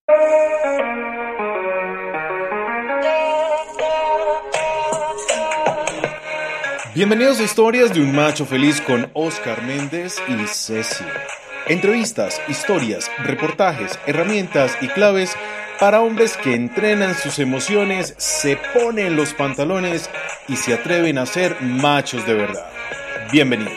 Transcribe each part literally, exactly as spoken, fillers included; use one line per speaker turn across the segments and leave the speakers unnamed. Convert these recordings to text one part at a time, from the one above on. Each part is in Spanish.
Bienvenidos a Historias de un Macho Feliz con Oscar Méndez y Ceci. Entrevistas, historias, reportajes, herramientas y claves para hombres que entrenan sus emociones, se ponen los pantalones y se atreven a ser machos de verdad. Bienvenidos.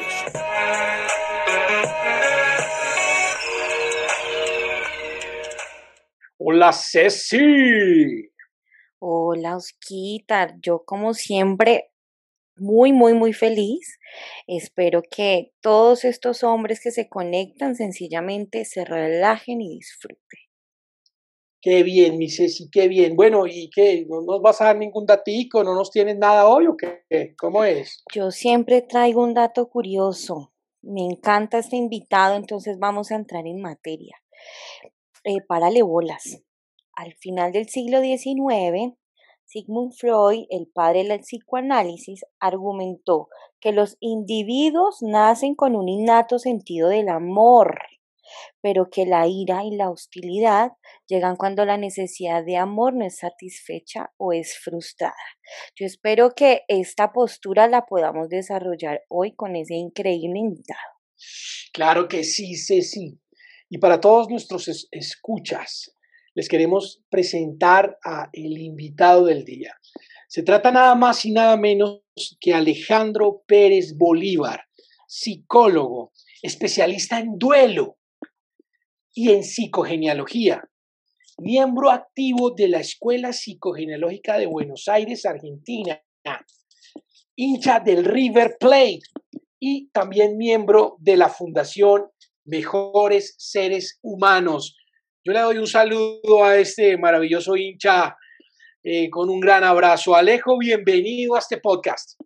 Hola, Ceci.
Hola, Osquita. Yo como siempre muy, muy, muy feliz. Espero que todos estos hombres que se conectan sencillamente se relajen y disfruten.
Qué bien, mi Ceci, qué bien. Bueno, ¿y qué? ¿No nos vas a dar ningún datico? ¿No nos tienes nada hoy o qué? ¿Cómo es?
Yo siempre traigo un dato curioso. Me encanta este invitado, entonces vamos a entrar en materia. Eh, párale bolas. Al final del siglo diecinueve, Sigmund Freud, el padre del psicoanálisis, argumentó que los individuos nacen con un innato sentido del amor, pero que la ira y la hostilidad llegan cuando la necesidad de amor no es satisfecha o es frustrada. Yo espero que esta postura la podamos desarrollar hoy con ese increíble invitado.
Claro que sí, Ceci. Y para todos nuestros es- escuchas, les queremos presentar a el invitado del día. Se trata nada más y nada menos que Alejandro Pérez Bolívar, psicólogo, especialista en duelo y en psicogenealogía, miembro activo de la Escuela Psicogenealógica de Buenos Aires, Argentina, hincha del River Plate y también miembro de la Fundación Mejores Seres Humanos. Yo le doy un saludo a este maravilloso hincha eh, con un gran abrazo. Alejo, bienvenido a este podcast.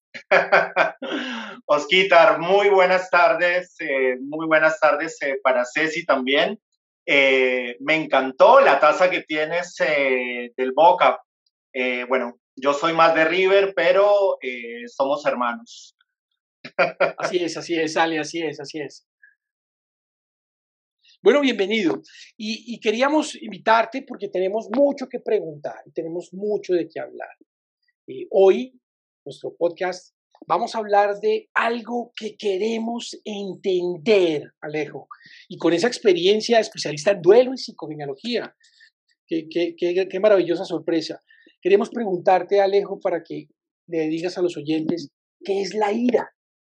Osquitar, muy buenas tardes, eh, muy buenas tardes eh, para Ceci también. Eh, me encantó la taza que tienes eh, del Boca. Eh, bueno, yo soy más de River, pero eh, somos hermanos.
Así es, así es, Ale, así es, así es. Bueno, bienvenido. Y, y queríamos invitarte porque tenemos mucho que preguntar y tenemos mucho de qué hablar. Eh, hoy, nuestro podcast, vamos a hablar de algo que queremos entender, Alejo. Y con esa experiencia de especialista en duelo y psicogenealogía, qué, qué, qué, qué maravillosa sorpresa. Queremos preguntarte, Alejo, para que le digas a los oyentes, ¿qué es la ira?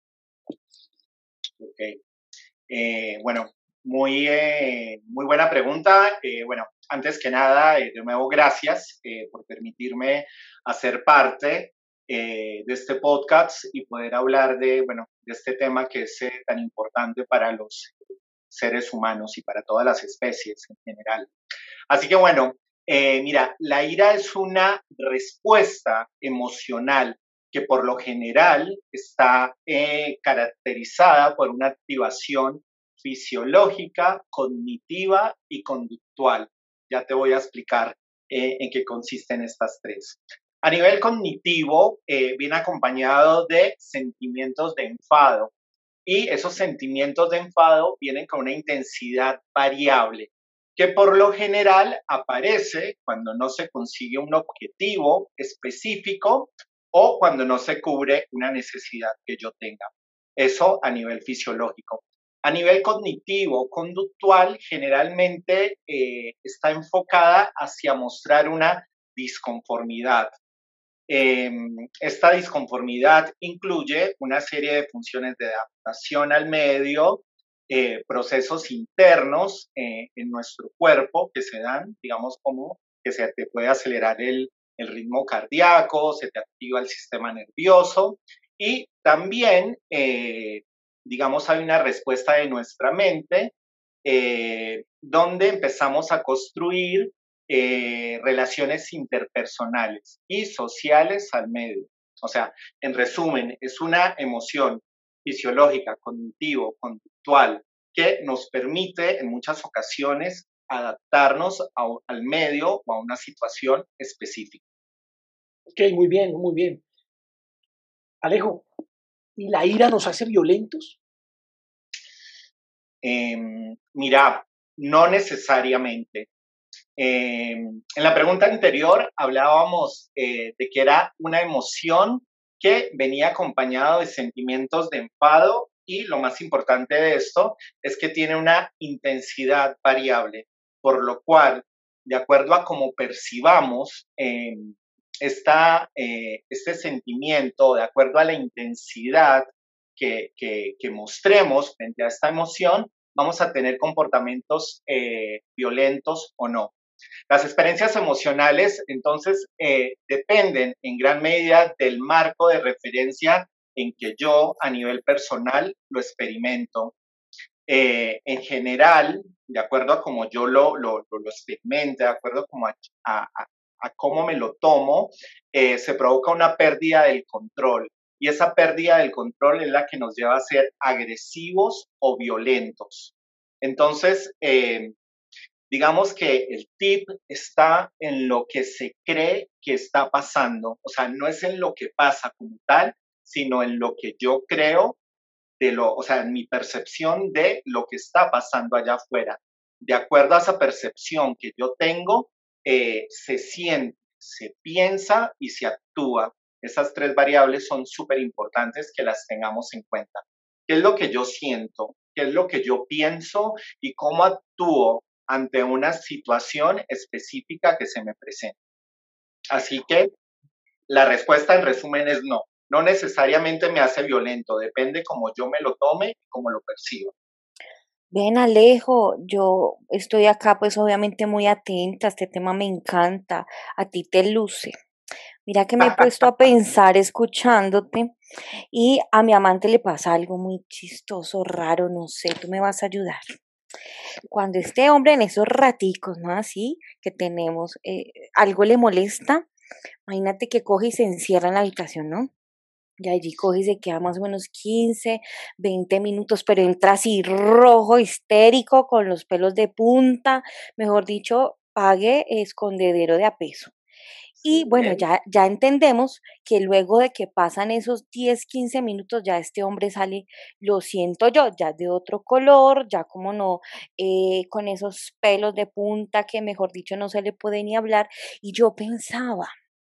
Ok. Eh, bueno, muy, eh, muy buena pregunta. Eh, bueno, antes que nada, eh, de nuevo, gracias eh, por permitirme hacer parte eh, de este podcast y poder hablar de, bueno, de este tema que es eh, tan importante para los seres humanos y para todas las especies en general. Así que bueno, eh, mira, la ira es una respuesta emocional que por lo general está eh, caracterizada por una activación fisiológica, cognitiva y conductual. Ya te voy a explicar eh, en qué consisten estas tres. A nivel cognitivo, eh, viene acompañado de sentimientos de enfado y esos sentimientos de enfado vienen con una intensidad variable que por lo general aparece cuando no se consigue un objetivo específico o cuando no se cubre una necesidad que yo tenga. Eso a nivel fisiológico. A nivel cognitivo, conductual, generalmente eh, está enfocada hacia mostrar una disconformidad. Eh, esta disconformidad incluye una serie de funciones de adaptación al medio, eh, procesos internos eh, en nuestro cuerpo que se dan, digamos, como que se te puede acelerar el, el ritmo cardíaco, se te activa el sistema nervioso y también, eh, digamos, hay una respuesta de nuestra mente eh, donde empezamos a construir eh, relaciones interpersonales y sociales al medio. O sea, en resumen, es una emoción fisiológica, cognitivo, conductual, que nos permite en muchas ocasiones adaptarnos a, al medio o a una situación específica.
Ok, muy bien, muy bien. Alejo, ¿y la ira nos hace violentos?
Eh, mira, no necesariamente. Eh, en la pregunta anterior hablábamos eh, de que era una emoción que venía acompañado de sentimientos de enfado y lo más importante de esto es que tiene una intensidad variable, por lo cual, de acuerdo a cómo percibamos eh, esta, eh, este sentimiento, de acuerdo a la intensidad que, que, que mostremos frente a esta emoción, vamos a tener comportamientos eh, violentos o no. Las experiencias emocionales, entonces, eh, dependen en gran medida del marco de referencia en que yo a nivel personal lo experimento. Eh, en general, de acuerdo a cómo yo lo, lo, lo, lo experimente, de acuerdo como a, a, a, cómo me lo tomo, eh, se provoca una pérdida del control. Y esa pérdida del control es la que nos lleva a ser agresivos o violentos. Entonces, eh, digamos que el tip está en lo que se cree que está pasando, o sea, no es en lo que pasa como tal, sino en lo que yo creo, de lo, o sea, en mi percepción de lo que está pasando allá afuera. De acuerdo a esa percepción que yo tengo, eh, se siente, se piensa y se actúa. Esas tres variables son súper importantes que las tengamos en cuenta. ¿Qué es lo que yo siento? ¿Qué es lo que yo pienso? ¿Y cómo actúo ante una situación específica que se me presenta? Así que la respuesta en resumen es no. No necesariamente me hace violento, depende cómo yo me lo tome y cómo lo perciba.
Ven, Alejo, yo estoy acá pues obviamente muy atenta, este tema me encanta, a ti te luce. Mira que me he puesto a pensar escuchándote y a mi amante le pasa algo muy chistoso, raro, no sé, tú me vas a ayudar. Cuando este hombre en esos raticos, ¿no? Así que tenemos, eh, algo le molesta, imagínate que coge y se encierra en la habitación, ¿no? Y allí coge y se queda más o menos quince, veinte minutos, pero entra así rojo, histérico, con los pelos de punta, mejor dicho, pague escondedero de a peso. Y bueno,
¿Eh?
ya, ya entendemos que luego de que pasan esos diez quince minutos, ya este hombre sale, lo siento yo, ya de otro color, ya como no, eh, con esos pelos de punta que mejor dicho no se le puede ni hablar. Y yo pensaba,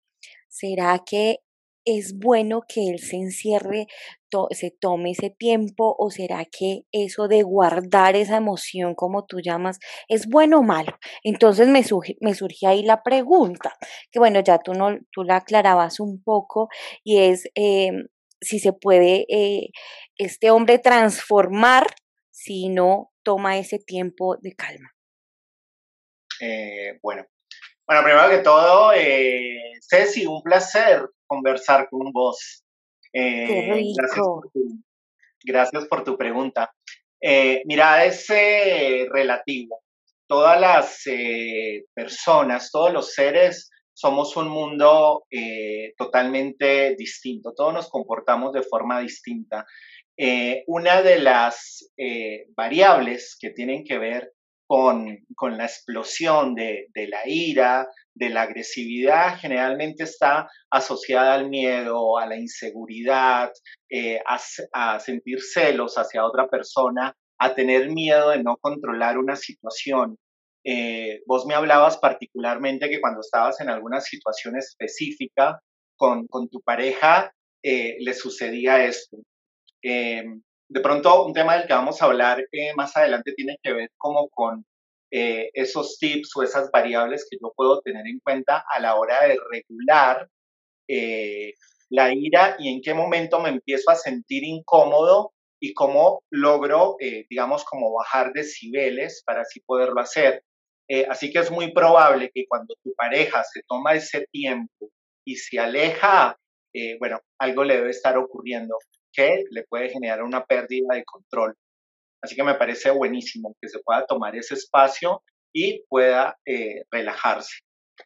¿será que es bueno que él se encierre, to- se tome ese tiempo o será que eso de guardar esa emoción, como tú llamas, es bueno o malo? Entonces me, surge- me surge ahí la pregunta, que bueno, ya tú, no, tú la aclarabas un poco y es em, si se puede eh, este hombre transformar si no toma ese tiempo de calma.
Eh, bueno. bueno, primero que todo, eh, Ceci, un placer conversar con vos.
Qué
Eh, gracias, por
rico.
tu, gracias por tu pregunta. Eh, mira, es eh, relativo. Todas las eh, personas, todos los seres, somos un mundo eh, totalmente distinto. Todos nos comportamos de forma distinta. Eh, una de las eh, variables que tienen que ver con, con la explosión de, de, la ira, de la agresividad, generalmente está asociada al miedo, a la inseguridad, eh, a, a sentir celos hacia otra persona, a tener miedo de no controlar una situación. Eh, vos me hablabas particularmente que cuando estabas en alguna situación específica con, con tu pareja, eh, le sucedía esto. Eh, de pronto, un tema del que vamos a hablar eh, más adelante tiene que ver como con eh, esos tips o esas variables que yo puedo tener en cuenta a la hora de regular eh, la ira y en qué momento me empiezo a sentir incómodo y cómo logro, eh, digamos, como bajar decibeles para así poderlo hacer. Eh, así que es muy probable que cuando tu pareja se toma ese tiempo y se aleja, eh, bueno, algo le debe estar ocurriendo que le puede generar una pérdida de control. Así que me parece buenísimo que se pueda tomar ese espacio y pueda eh, relajarse.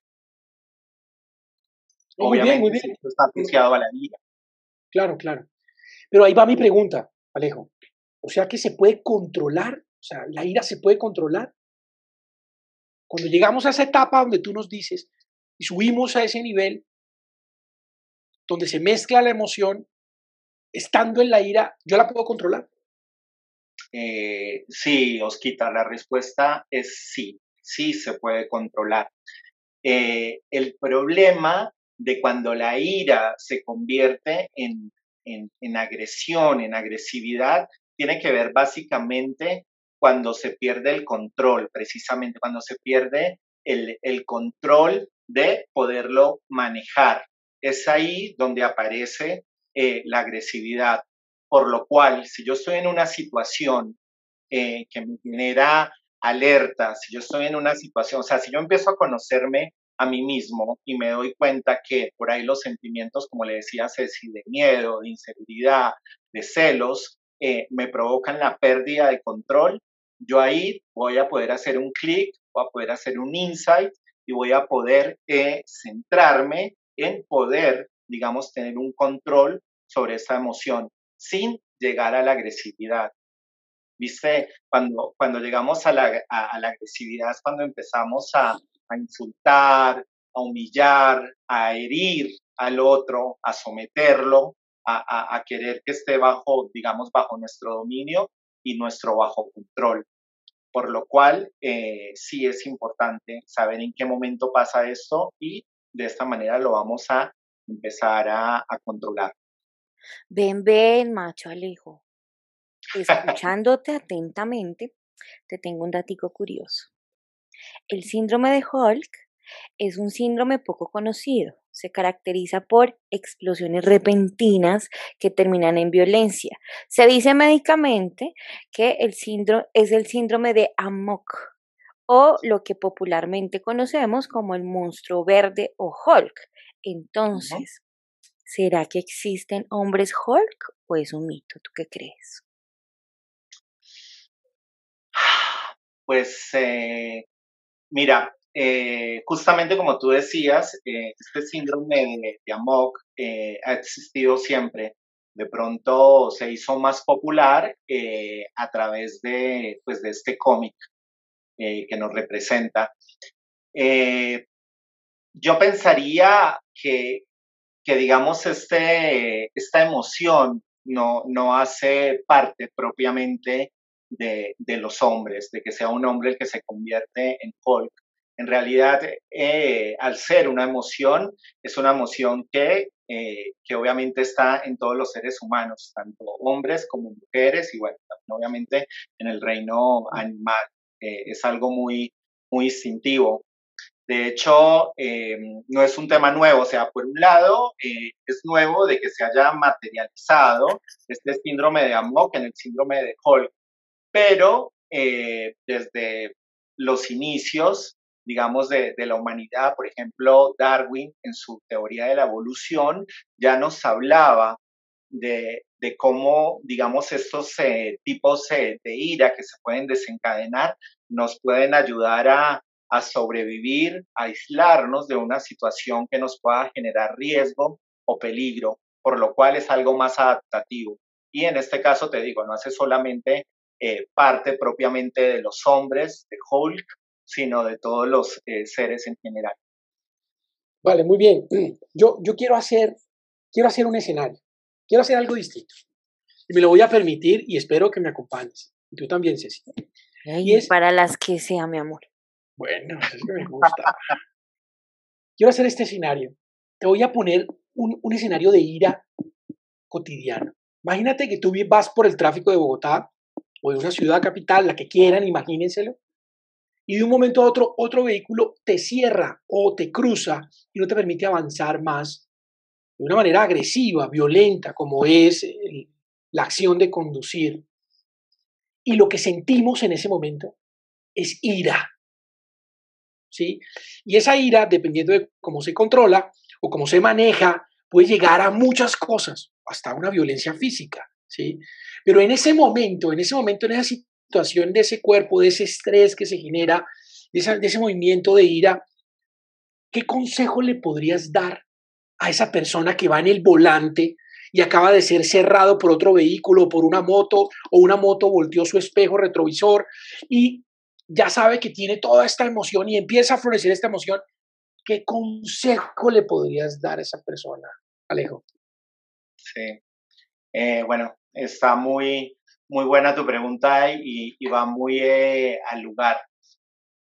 No, muy bien, muy
Obviamente,
bien.
si esto está asociado a la ira.
Claro, claro. Pero ahí va mi pregunta, Alejo. O sea que se puede controlar, o sea, la ira se puede controlar. Cuando llegamos a esa etapa donde tú nos dices y subimos a ese nivel donde se mezcla la emoción, estando en la ira, ¿yo la puedo controlar?
Eh, sí, Osquita, la respuesta es sí. sí se puede controlar. Eh, el problema de cuando la ira se convierte en, en, en agresión, en agresividad, tiene que ver básicamente cuando se pierde el control, precisamente cuando se pierde el, el control de poderlo manejar. Es ahí donde aparece eh, la agresividad. Por lo cual, si yo estoy en una situación eh, que me genera alerta, si yo estoy en una situación, o sea, si yo empiezo a conocerme a mí mismo y me doy cuenta que por ahí los sentimientos, como le decía Ceci, de miedo, de inseguridad, de celos, eh, me provocan la pérdida de control, yo ahí voy a poder hacer un clic, voy a poder hacer un insight y voy a poder eh, centrarme en poder, digamos, tener un control sobre esa emoción sin llegar a la agresividad. ¿Viste? Cuando, cuando llegamos a la, a, a la agresividad es cuando empezamos a, a insultar, a humillar, a herir al otro, a someterlo, a, a, a querer que esté bajo, digamos, bajo nuestro dominio y nuestro bajo control. Por lo cual, eh, sí es importante saber en qué momento pasa esto y de esta manera lo vamos a empezar a, a controlar.
Ven, ven, macho Alejo. Escuchándote atentamente, te tengo un datico curioso. El síndrome de Hulk es un síndrome poco conocido. Se caracteriza por explosiones repentinas que terminan en violencia. Se dice médicamente que el síndrome es el síndrome de Amok o lo que popularmente conocemos como el monstruo verde o Hulk.
Uh-huh.
Entonces, ¿será que existen hombres Hulk o es un mito? ¿Tú qué crees?
Pues eh, mira, eh, justamente como tú decías, eh, este síndrome de, de Amok eh, ha existido siempre. De pronto se hizo más popular eh, a través de, pues, de este cómic eh, que nos representa. Eh, yo pensaría que, que digamos, este, esta emoción no, no hace parte propiamente de, de los hombres, de que sea un hombre el que se convierte en Hulk. En realidad, eh, al ser una emoción, es una emoción que, eh, que obviamente está en todos los seres humanos, tanto hombres como mujeres, y bueno, también obviamente en el reino animal. Eh, es algo muy, muy instintivo. De hecho, eh, no es un tema nuevo, o sea, por un lado, eh, es nuevo de que se haya materializado este síndrome de Amok en el síndrome de Hulk, pero eh, desde los inicios, digamos, de, de, la humanidad, por ejemplo, Darwin en su teoría de la evolución ya nos hablaba de, de cómo, digamos, estos eh, tipos eh, de ira que se pueden desencadenar nos pueden ayudar a, a sobrevivir, a aislarnos de una situación que nos pueda generar riesgo o peligro, por lo cual es algo más adaptativo. Y en este caso, te digo, no hace solamente eh, parte propiamente de los hombres, de Hulk, sino de todos los eh, seres en general.
Vale, muy bien. Yo, yo quiero, hacer, quiero hacer un escenario, quiero hacer algo distinto. Y me lo voy a permitir y espero que me acompañes. Y tú también, Ceci.
Ay,
Y es,
para las que sea, mi amor.
bueno, eso es que me gusta. Quiero hacer este escenario. Te voy a poner un, un escenario de ira cotidiano. Imagínate que tú vas por el tráfico de Bogotá o de una ciudad capital, la que quieran, imagínenselo, y de un momento a otro, otro vehículo te cierra o te cruza y no te permite avanzar más de una manera agresiva, violenta, como es el, la acción de conducir. Y lo que sentimos en ese momento es ira, ¿sí? Y esa ira, dependiendo de cómo se controla o cómo se maneja, puede llegar a muchas cosas, hasta una violencia física, ¿sí? Pero en ese momento, en ese momento, en esa situación de ese cuerpo, de ese estrés que se genera, de, esa, de ese movimiento de ira, ¿qué consejo le podrías dar a esa persona que va en el volante y acaba de ser cerrado por otro vehículo, por una moto, o una moto volteó su espejo retrovisor y ya sabe que tiene toda esta emoción y empieza a florecer esta emoción? ¿Qué consejo le podrías dar a esa persona, Alejo?
Sí, eh, bueno, está muy, muy buena tu pregunta y, y va muy eh, al lugar.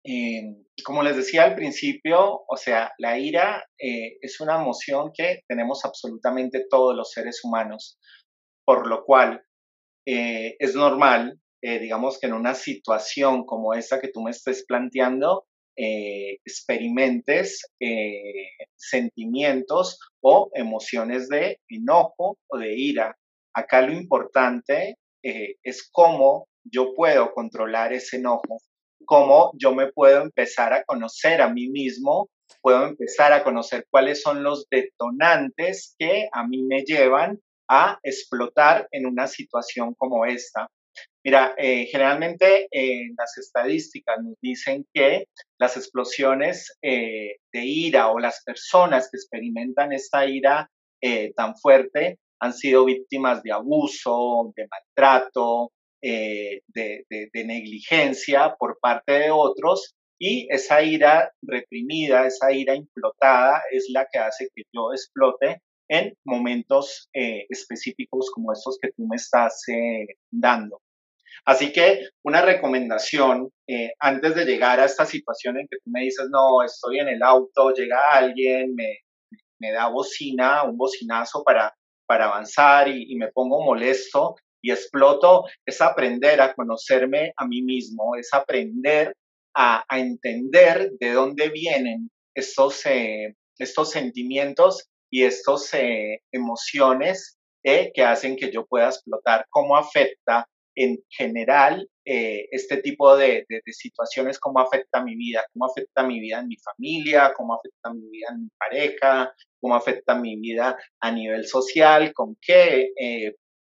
Eh, como les decía al principio, o sea, la ira eh, es una emoción que tenemos absolutamente todos los seres humanos, por lo cual eh, es normal, eh, digamos que en una situación como esta que tú me estés planteando, eh, experimentes eh, sentimientos o emociones de enojo o de ira. Acá lo importante eh, es cómo yo puedo controlar ese enojo, cómo yo me puedo empezar a conocer a mí mismo, puedo empezar a conocer cuáles son los detonantes que a mí me llevan a explotar en una situación como esta. Mira, eh, generalmente eh, las estadísticas nos dicen que las explosiones eh, de ira o las personas que experimentan esta ira eh, tan fuerte han sido víctimas de abuso, de maltrato, eh, de, de, de negligencia por parte de otros, y esa ira reprimida, esa ira implotada es la que hace que yo explote en momentos eh, específicos como estos que tú me estás eh, dando. Así que una recomendación, eh, antes de llegar a esta situación en que tú me dices, no, estoy en el auto, llega alguien, me, me da bocina, un bocinazo para, para avanzar y, y me pongo molesto y exploto, es aprender a conocerme a mí mismo, es aprender a, a entender de dónde vienen estos, eh, estos sentimientos y estas eh, emociones eh, que hacen que yo pueda explotar, cómo afecta en general eh, este tipo de, de, de situaciones, cómo afecta mi vida, cómo afecta mi vida en mi familia, cómo afecta mi vida en mi pareja, cómo afecta mi vida a nivel social, con qué eh,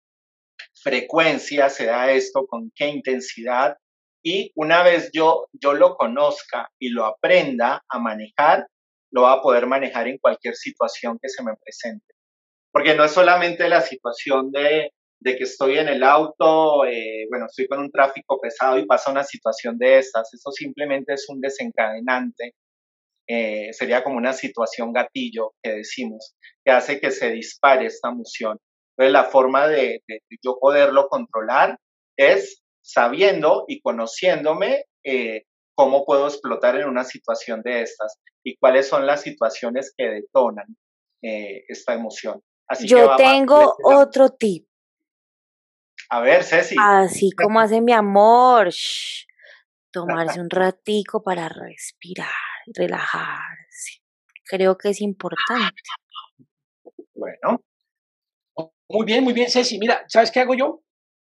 frecuencia se da esto, con qué intensidad. Y una vez yo, yo lo conozca y lo aprenda a manejar, lo va a poder manejar en cualquier situación que se me presente. Porque no es solamente la situación de, de que estoy en el auto, eh, bueno, estoy con un tráfico pesado y pasa una situación de estas. Eso simplemente es un desencadenante. Eh, sería como una situación gatillo que decimos, que hace que se dispare esta emoción. Entonces, la forma de, de, de yo poderlo controlar es sabiendo y conociéndome eh, cómo puedo explotar en una situación de estas y cuáles son las situaciones que detonan eh, esta emoción. Así que
Yo
vamos a
tengo otro tip.
A ver, Ceci.
Así como hace mi amor, shh, tomarse un ratico para respirar, relajarse. Creo que es importante.
Bueno.
Muy bien, muy bien, Ceci. Mira, ¿sabes qué hago yo?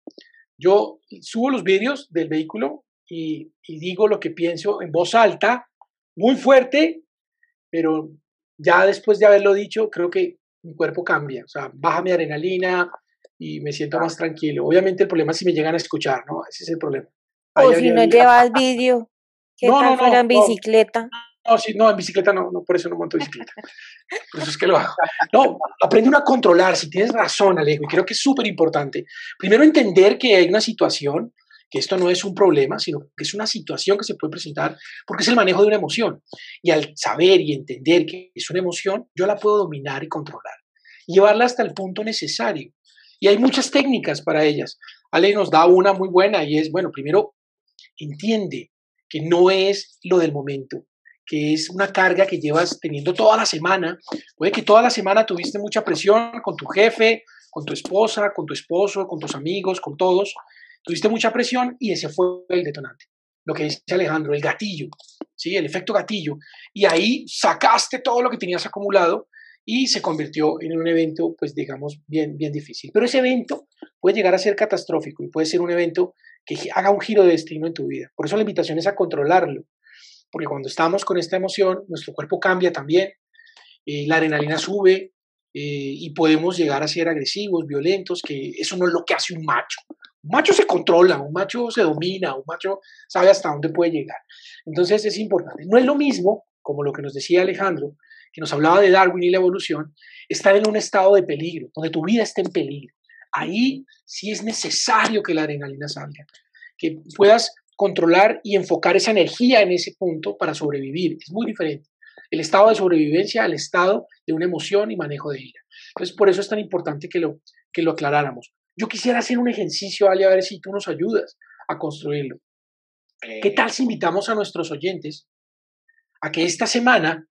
Yo subo los vídeos del vehículo y, y digo lo que pienso en voz alta, muy fuerte, pero ya después de haberlo dicho, creo que mi cuerpo cambia. O sea, baja mi adrenalina y me siento más tranquilo. Obviamente el problema es si me llegan a escuchar, ¿no? Ese es el problema. Ahí
O si
habría
no
que-
llevas vídeo, ¿qué
No,
tal
no,
fuera
no,
en
no.
bicicleta?
No, sí, no, en bicicleta no, no, por eso no monto bicicleta. Por eso es que lo hago. No, aprende uno a controlar, si tienes razón, Alejo, y creo que es súper importante. Primero, entender que hay una situación, que esto no es un problema, sino que es una situación que se puede presentar porque es el manejo de una emoción. Y al saber y entender que es una emoción, yo la puedo dominar y controlar. Y llevarla hasta el punto necesario. Y hay muchas técnicas para ellas. Ale nos da una muy buena y es, bueno, primero, entiende que no es lo del momento, que es una carga que llevas teniendo toda la semana. Puede que toda la semana tuviste mucha presión con tu jefe, con tu esposa, con tu esposo, con tus amigos, con todos. Tuviste mucha presión y ese fue el detonante. Lo que dice Alejandro, el gatillo, ¿sí? El efecto gatillo. Y ahí sacaste todo lo que tenías acumulado y se convirtió en un evento, pues digamos, bien, bien difícil. Pero ese evento puede llegar a ser catastrófico y puede ser un evento que haga un giro de destino en tu vida. Por eso la invitación es a controlarlo, porque cuando estamos con esta emoción, nuestro cuerpo cambia también, eh, la adrenalina sube eh, y podemos llegar a ser agresivos, violentos, que eso no es lo que hace un macho. Un macho se controla, un macho se domina, un macho sabe hasta dónde puede llegar. Entonces es importante. No es lo mismo, como lo que nos decía Alejandro, que nos hablaba de Darwin y la evolución, estar en un estado de peligro, donde tu vida está en peligro. Ahí sí es necesario que la adrenalina salga, que puedas controlar y enfocar esa energía en ese punto para sobrevivir. Es muy diferente el estado de sobrevivencia al estado de una emoción y manejo de ira. Entonces, por eso es tan importante que lo, que lo aclaráramos. Yo quisiera hacer un ejercicio, Ale, a ver si tú nos ayudas a construirlo.
Eh,
¿Qué tal si invitamos a nuestros oyentes a que esta semana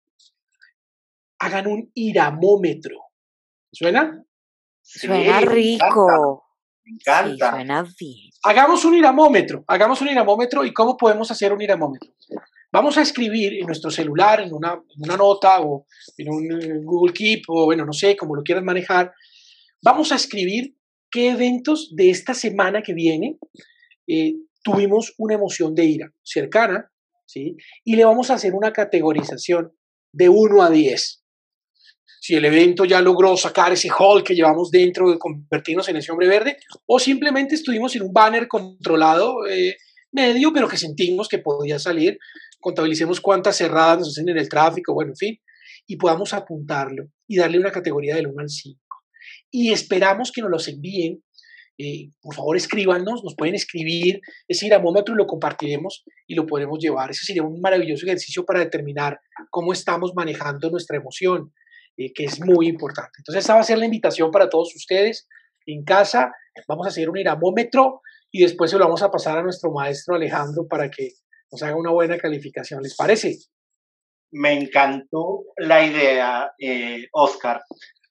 hagan un iramómetro? ¿Suena?
sí,
Suena
me encanta,
rico.
me
Sí,
encanta.
suena bien.
Hagamos un iramómetro, hagamos un iramómetro. ¿Y cómo podemos hacer un iramómetro? Vamos a escribir en nuestro celular, en una, en una nota o en un Google Keep o bueno, no sé, como lo quieras manejar. Vamos a escribir qué eventos de esta semana que viene eh, tuvimos una emoción de ira cercana, ¿sí? Y le vamos a hacer una categorización de uno a diez. Si el evento ya logró sacar ese Hulk que llevamos dentro de convertirnos en ese hombre verde, o simplemente estuvimos en un banner controlado eh, medio, pero que sentimos que podía salir, contabilicemos cuántas cerradas nos hacen en el tráfico, bueno, en fin, y podamos apuntarlo y darle una categoría del uno al cinco. Y esperamos que nos los envíen. Eh, por favor, escríbanos, nos pueden escribir ese iramómetro y lo compartiremos y lo podremos llevar. Ese sería un maravilloso ejercicio para determinar cómo estamos manejando nuestra emoción, eh, que es muy importante. Entonces, esa va a ser la invitación para todos ustedes en casa. Vamos a hacer un iramómetro y después se lo vamos a pasar a nuestro maestro Alejandro para que nos haga una buena calificación. ¿Les parece?
Me encantó la idea, eh, Oscar.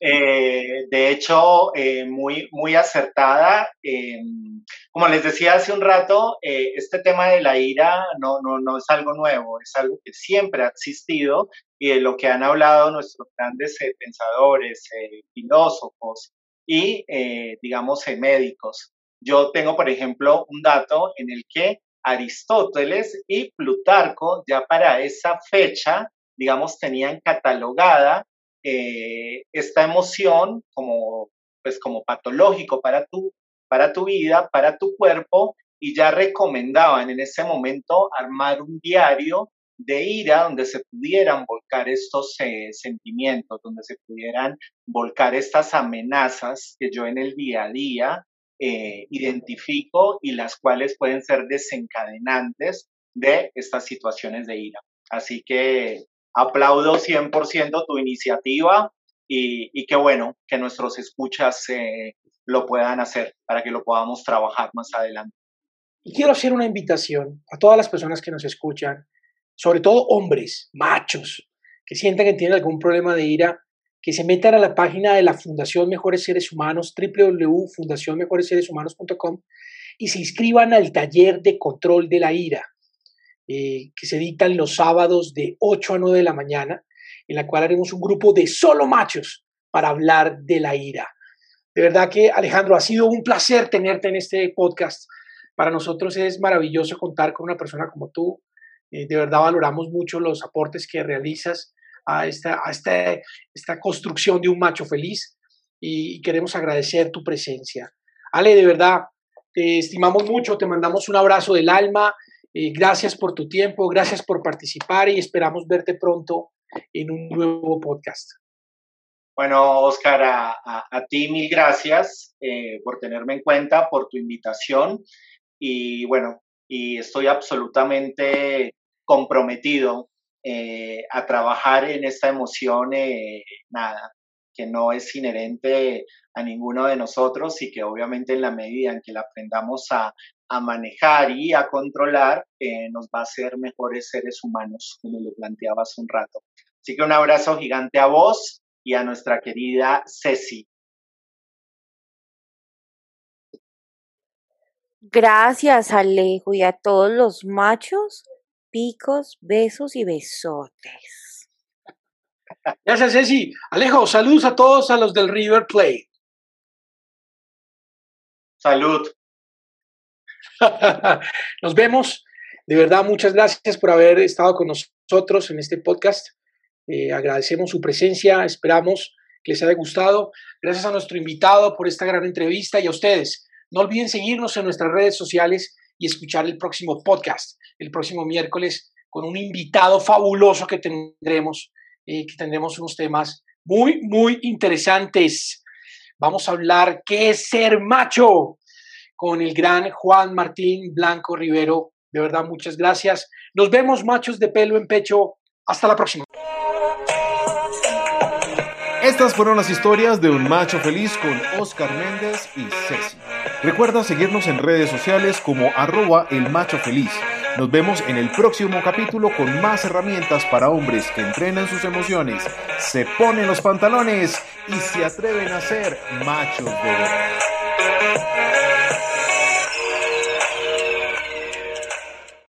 Eh, de hecho, eh, muy, muy acertada. Eh, como les decía hace un rato, eh, este tema de la ira no, no, no es algo nuevo, es algo que siempre ha existido y de lo que han hablado nuestros grandes eh, pensadores, eh, filósofos y, eh, digamos, eh, médicos. Yo tengo, por ejemplo, un dato en el que Aristóteles y Plutarco ya para esa fecha, digamos, tenían catalogada eh, esta emoción como, pues, como patológico para tu, para tu vida, para tu cuerpo, y ya recomendaban en ese momento armar un diario de ira donde se pudieran volcar estos eh, sentimientos, donde se pudieran volcar estas amenazas que yo en el día a día eh, identifico y las cuales pueden ser desencadenantes de estas situaciones de ira. Así que aplaudo cien por ciento tu iniciativa y, y qué bueno que nuestros escuchas eh, lo puedan hacer para que lo podamos trabajar más adelante.
Y quiero hacer una invitación a todas las personas que nos escuchan, sobre todo hombres, machos, que sientan que tienen algún problema de ira, que se metan a la página de la Fundación Mejores Seres Humanos, doble u doble u doble u punto fundación mejores seres humanos punto com, y se inscriban al taller de control de la ira, eh, que se dictan los sábados de ocho a nueve de la mañana, en la cual haremos un grupo de solo machos para hablar de la ira. De verdad que, Alejandro, ha sido un placer tenerte en este podcast. Para nosotros es maravilloso contar con una persona como tú. Eh, de verdad valoramos mucho los aportes que realizas a esta, a esta, esta construcción de un macho feliz y queremos agradecer tu presencia. Ale, de verdad, te estimamos mucho, te mandamos un abrazo del alma, eh, gracias por tu tiempo, gracias por participar y esperamos verte pronto en un nuevo podcast.
Bueno, Oscar, a, a, a ti mil gracias eh, por tenerme en cuenta, por tu invitación y bueno, y estoy absolutamente comprometido eh, a trabajar en esta emoción, eh, nada, que no es inherente a ninguno de nosotros y que obviamente en la medida en que la aprendamos a, a manejar y a controlar, eh, nos va a hacer mejores seres humanos, como lo planteabas un rato. Así que un abrazo gigante a vos y a nuestra querida Ceci.
Gracias, Alejo, y a todos los machos, picos, besos y besotes.
Gracias, Ceci. Alejo, saludos a todos a los del River Plate.
Salud.
Nos vemos. De verdad, muchas gracias por haber estado con nosotros en este podcast. Eh, agradecemos su presencia, esperamos que les haya gustado. Gracias a nuestro invitado por esta gran entrevista y a ustedes. No olviden seguirnos en nuestras redes sociales y escuchar el próximo podcast, el próximo miércoles, con un invitado fabuloso que tendremos, eh, que tendremos unos temas muy, muy interesantes. Vamos a hablar qué es ser macho con el gran Juan Martín Blanco Rivero. De verdad, muchas gracias. Nos vemos, machos de pelo en pecho. Hasta la próxima.
Estas fueron las historias de un macho feliz con Oscar Méndez y Ceci. Recuerda seguirnos en redes sociales como arroba el macho feliz Nos vemos en el próximo capítulo con más herramientas para hombres que entrenan sus emociones, se ponen los pantalones y se atreven a ser machos de verdad.